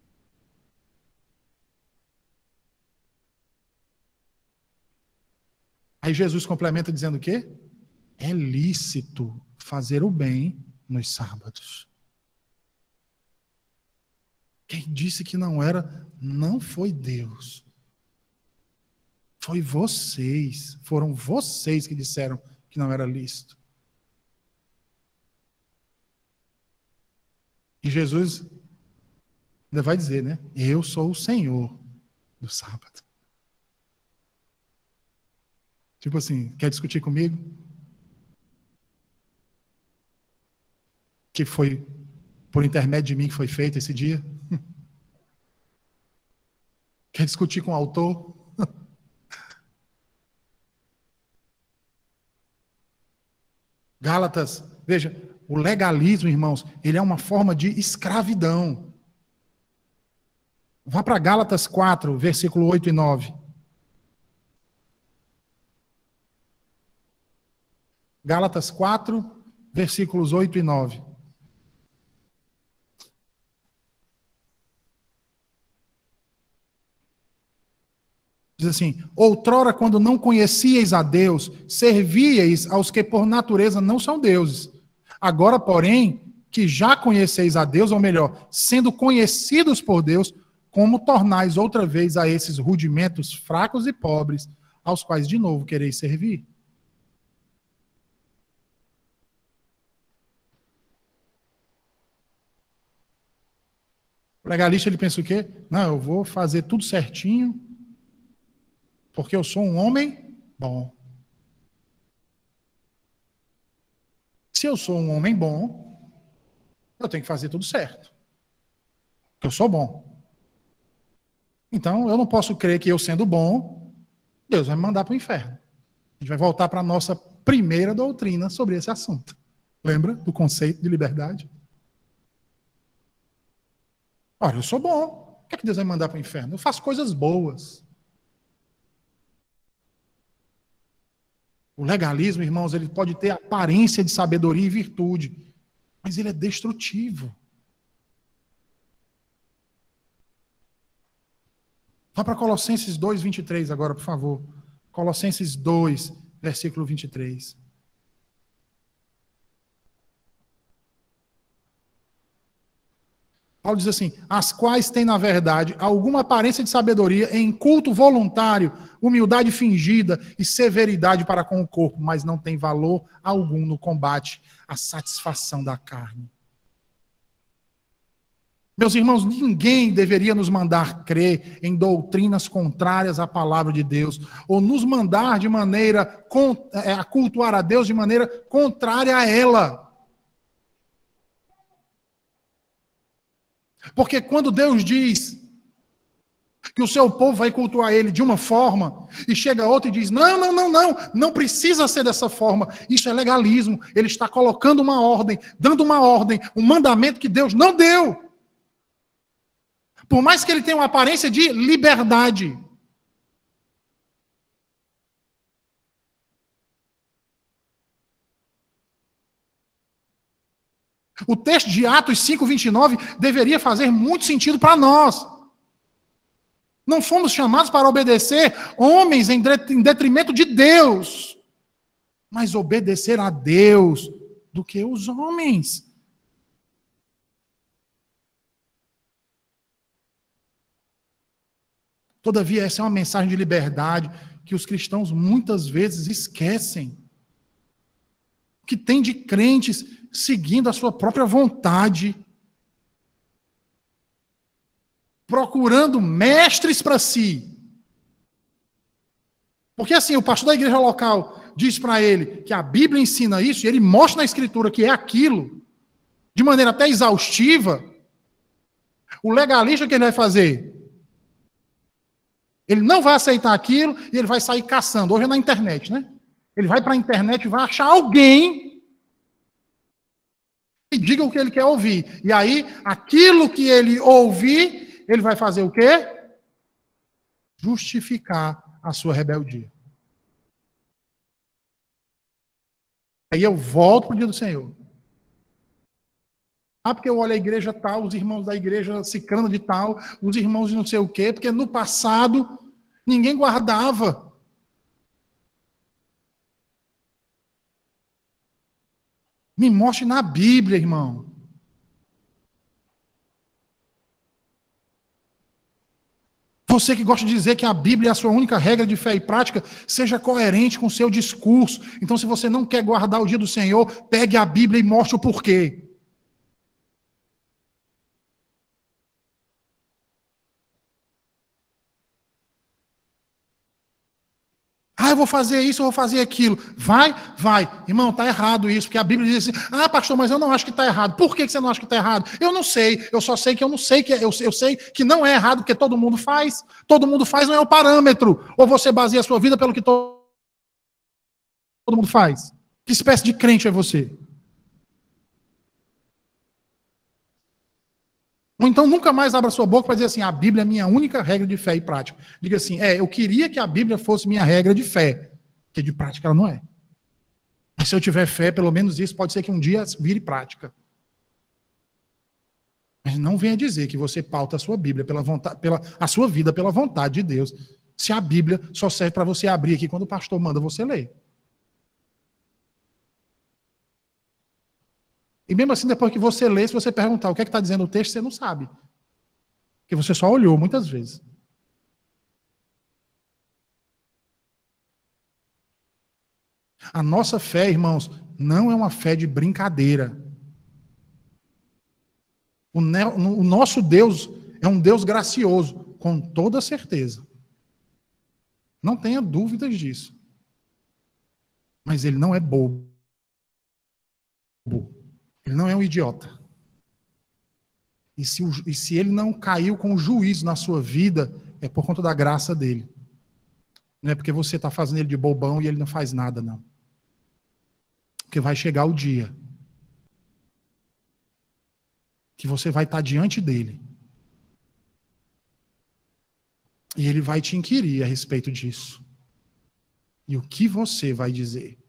Aí Jesus complementa dizendo o quê? É lícito fazer o bem nos sábados. Quem disse que não era, não foi Deus. Foi vocês. Foram vocês que disseram que não era lícito. E Jesus ainda vai dizer, né? Eu sou o Senhor do sábado. Tipo assim, quer discutir comigo? Que foi por intermédio de mim que foi feito esse dia? Quer discutir com o autor? Gálatas, veja, o legalismo, irmãos, ele é uma forma de escravidão. Vá para Gálatas quatro, versículo oito e nove. Gálatas quatro, versículos oito e nove. Diz assim, outrora, quando não conhecieis a Deus, servíeis aos que por natureza não são deuses. Agora, porém, que já conheceis a Deus, ou melhor, sendo conhecidos por Deus, como tornais outra vez a esses rudimentos fracos e pobres, aos quais de novo quereis servir? O legalista, ele pensa o quê? Não, eu vou fazer tudo certinho, porque eu sou um homem bom. Se eu sou um homem bom, eu tenho que fazer tudo certo. Porque eu sou bom. Então, eu não posso crer que eu sendo bom, Deus vai me mandar para o inferno. A gente vai voltar para a nossa primeira doutrina sobre esse assunto. Lembra do conceito de liberdade? Olha, eu sou bom. Por que, é que Deus vai me mandar para o inferno? Eu faço coisas boas. O legalismo, irmãos, ele pode ter aparência de sabedoria e virtude, mas ele é destrutivo. Vá para Colossenses dois, vinte e três agora, por favor. Colossenses dois, versículo vinte e três. Paulo diz assim: as quais têm, na verdade, alguma aparência de sabedoria em culto voluntário, humildade fingida e severidade para com o corpo, mas não tem valor algum no combate à satisfação da carne. Meus irmãos, ninguém deveria nos mandar crer em doutrinas contrárias à palavra de Deus, ou nos mandar de maneira a cultuar a Deus de maneira contrária a ela. Porque quando Deus diz que o seu povo vai cultuar ele de uma forma, e chega outro e diz, não, não, não, não, não precisa ser dessa forma, isso é legalismo, ele está colocando uma ordem, dando uma ordem, um mandamento que Deus não deu. Por mais que ele tenha uma aparência de liberdade. O texto de Atos cinco, vinte e nove deveria fazer muito sentido para nós. Não fomos chamados para obedecer homens em detrimento de Deus, mas obedecer a Deus do que os homens. Todavia, essa é uma mensagem de liberdade que os cristãos muitas vezes esquecem. Que tem de crentes seguindo a sua própria vontade, procurando mestres para si. Porque assim, o pastor da igreja local diz para ele que a Bíblia ensina isso, e ele mostra na Escritura que é aquilo, de maneira até exaustiva. O legalista, o que ele vai fazer? Ele não vai aceitar aquilo e ele vai sair caçando. Hoje é na internet, né? Ele vai para a internet e vai achar alguém que diga o que ele quer ouvir. E aí, aquilo que ele ouvir, ele vai fazer o quê? Justificar a sua rebeldia. Aí eu volto para o dia do Senhor. Ah, porque eu olho a igreja tal, os irmãos da igreja ciclana de tal, os irmãos de não sei o quê, porque no passado ninguém guardava. Me mostre na Bíblia, irmão. Você que gosta de dizer que a Bíblia é a sua única regra de fé e prática, seja coerente com o seu discurso. Então, se você não quer guardar o dia do Senhor, pegue a Bíblia e mostre o porquê. Ah, eu vou fazer isso, eu vou fazer aquilo. Vai, vai. Irmão, está errado isso, porque a Bíblia diz assim, ah, pastor, mas eu não acho que está errado. Por que você não acha que está errado? Eu não sei, eu só sei que eu não sei, que eu, eu sei que não é errado, porque todo mundo faz. Todo mundo faz não é o parâmetro. Ou você baseia a sua vida pelo que todo, todo mundo faz. Que espécie de crente é você? Ou então nunca mais abra sua boca para dizer assim, a Bíblia é minha única regra de fé e prática. Diga assim, é, eu queria que a Bíblia fosse minha regra de fé, porque de prática ela não é. Mas se eu tiver fé, pelo menos isso pode ser que um dia vire prática. Mas não venha dizer que você pauta a sua Bíblia, pela vontade, pela, a sua vida pela vontade de Deus, se a Bíblia só serve para você abrir aqui quando o pastor manda você ler. E mesmo assim, depois que você lê, se você perguntar o que é que está dizendo o texto, você não sabe. Porque você só olhou muitas vezes. A nossa fé, irmãos, não é uma fé de brincadeira. O, ne- o nosso Deus é um Deus gracioso, com toda certeza. Não tenha dúvidas disso. Mas ele não é bobo. Ele não é um idiota. E se, o, e se ele não caiu com o juízo na sua vida, é por conta da graça dele. Não é porque você está fazendo ele de bobão e ele não faz nada, não. Porque vai chegar o dia que você vai estar diante dele. E ele vai te inquirir a respeito disso. E o que você vai dizer?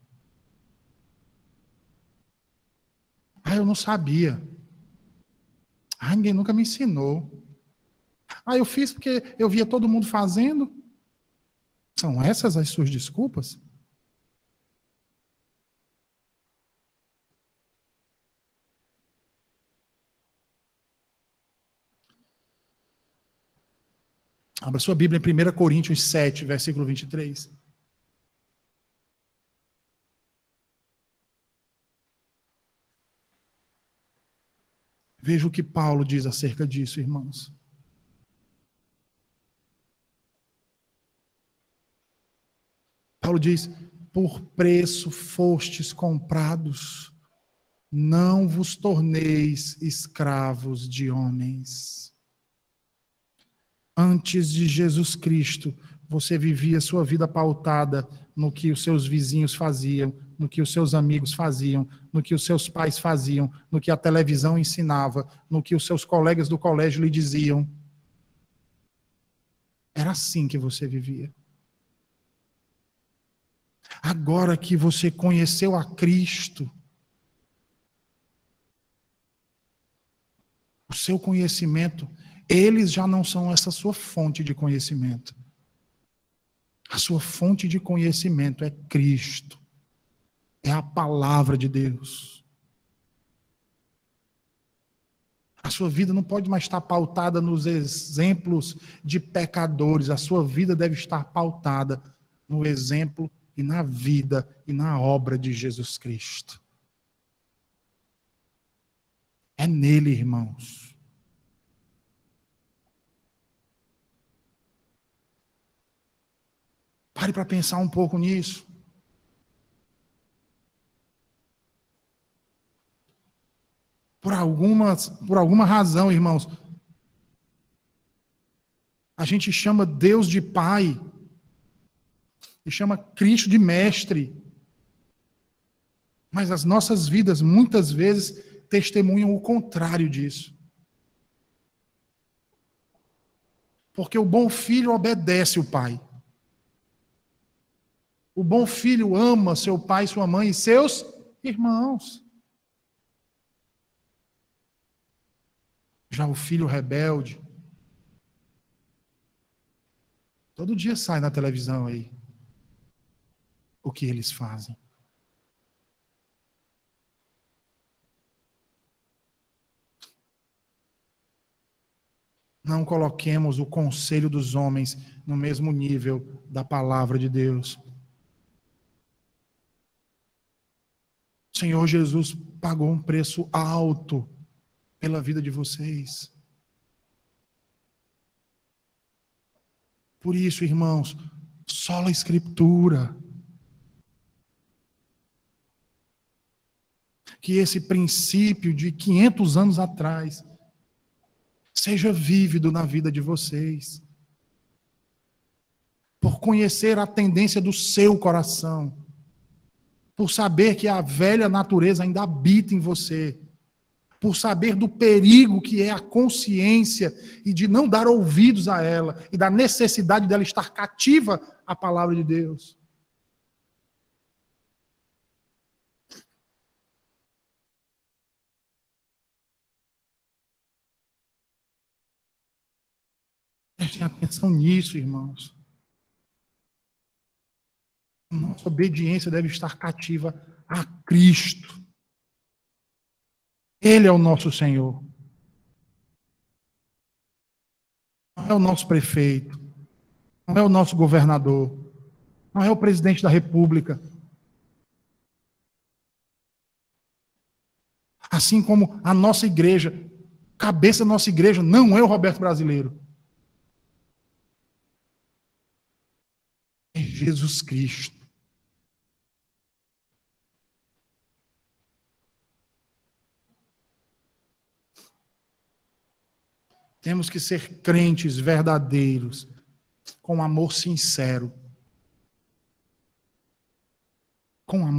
Ah, eu não sabia. Ah, ninguém nunca me ensinou. Ah, eu fiz porque eu via todo mundo fazendo. São essas as suas desculpas? Abra sua Bíblia em primeira Coríntios sete, versículo vinte e três. Veja o que Paulo diz acerca disso, irmãos. Paulo diz: por preço fostes comprados, não vos torneis escravos de homens. Antes de Jesus Cristo, você vivia sua vida pautada no que os seus vizinhos faziam, no que os seus amigos faziam, no que os seus pais faziam, no que a televisão ensinava, no que os seus colegas do colégio lhe diziam. Era assim que você vivia. Agora que você conheceu a Cristo, o seu conhecimento, eles já não são essa sua fonte de conhecimento. A sua fonte de conhecimento é Cristo. É a palavra de Deus. A sua vida não pode mais estar pautada nos exemplos de pecadores. A sua vida deve estar pautada no exemplo e na vida e na obra de Jesus Cristo. É nele, irmãos. Pare para pensar um pouco nisso. Por alguma, por alguma razão, irmãos, a gente chama Deus de Pai e chama Cristo de Mestre. Mas as nossas vidas, muitas vezes, testemunham o contrário disso. Porque o bom filho obedece o pai. O bom filho ama seu pai, sua mãe e seus irmãos. Já o filho rebelde, todo dia sai na televisão aí o que eles fazem. Não coloquemos o conselho dos homens no mesmo nível da palavra de Deus. O Senhor Jesus pagou um preço alto pela vida de vocês. Por isso, irmãos, sola a Escritura. Que esse princípio de quinhentos anos atrás seja vívido na vida de vocês. Por conhecer a tendência do seu coração. Por saber que a velha natureza ainda habita em você. Por saber do perigo que é a consciência e de não dar ouvidos a ela e da necessidade dela estar cativa à palavra de Deus. Prestem atenção nisso, irmãos. Nossa obediência deve estar cativa a Cristo. Ele é o nosso Senhor. Não é o nosso prefeito. Não é o nosso governador. Não é o presidente da República. Assim como a nossa igreja, cabeça da nossa igreja não é o Roberto Brasileiro. É Jesus Cristo. Temos que ser crentes verdadeiros, com amor sincero. Com amor